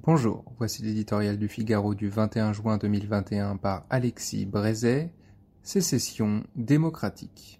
Bonjour, voici l'éditorial du Figaro du 21 juin 2021 par Alexis Brézet, Sécession démocratique.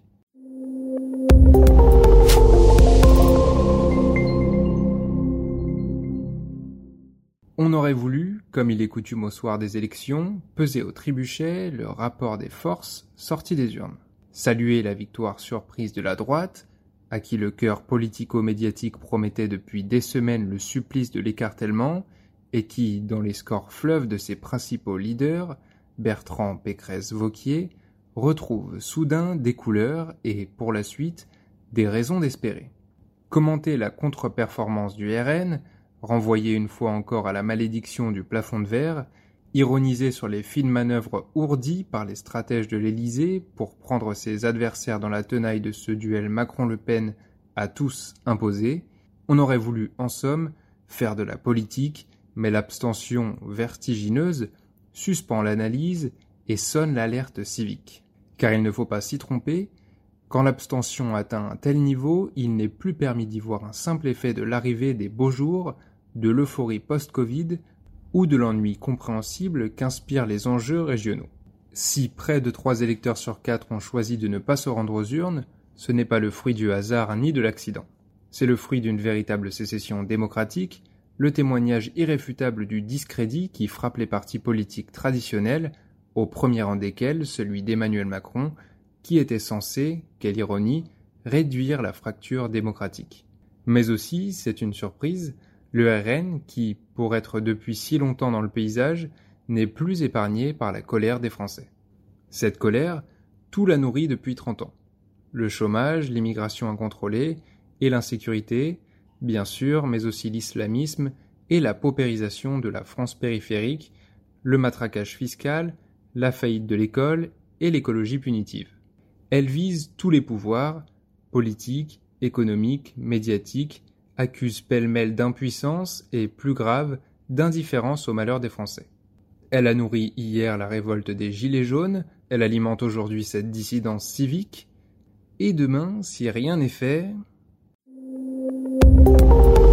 On aurait voulu, comme il est coutume au soir des élections, peser au trébuchet le rapport des forces sorties des urnes. Saluer la victoire surprise de la droite, à qui le cœur politico-médiatique promettait depuis des semaines le supplice de l'écartèlement, et qui, dans les scores fleuves de ses principaux leaders, Bertrand, Pécresse, Wauquiez, retrouve soudain des couleurs et, pour la suite, des raisons d'espérer. Commenter la contre-performance du RN, renvoyer une fois encore à la malédiction du plafond de verre, ironiser sur les fines manœuvres ourdies par les stratèges de l'Élysée pour prendre ses adversaires dans la tenaille de ce duel Macron-Le Pen à tous imposé, on aurait voulu, en somme, faire de la politique, mais l'abstention vertigineuse suspend l'analyse et sonne l'alerte civique. Car il ne faut pas s'y tromper, quand l'abstention atteint un tel niveau, il n'est plus permis d'y voir un simple effet de l'arrivée des beaux jours, de l'euphorie post-Covid ou de l'ennui compréhensible qu'inspirent les enjeux régionaux. Si près de 3 électeurs sur 4 ont choisi de ne pas se rendre aux urnes, ce n'est pas le fruit du hasard ni de l'accident. C'est le fruit d'une véritable sécession démocratique, le témoignage irréfutable du discrédit qui frappe les partis politiques traditionnels, au premier rang desquels celui d'Emmanuel Macron, qui était censé, quelle ironie, réduire la fracture démocratique. Mais aussi, c'est une surprise, le RN, qui, pour être depuis si longtemps dans le paysage, n'est plus épargné par la colère des Français. Cette colère, tout la nourrit depuis 30 ans. Le chômage, l'immigration incontrôlée et l'insécurité, bien sûr, mais aussi l'islamisme et la paupérisation de la France périphérique, le matraquage fiscal, la faillite de l'école et l'écologie punitive. Elle vise tous les pouvoirs, politiques, économiques, médiatiques, accuse pêle-mêle d'impuissance et, plus grave, d'indifférence aux malheurs des Français. Elle a nourri hier la révolte des Gilets jaunes, elle alimente aujourd'hui cette dissidence civique, et demain, si rien n'est fait...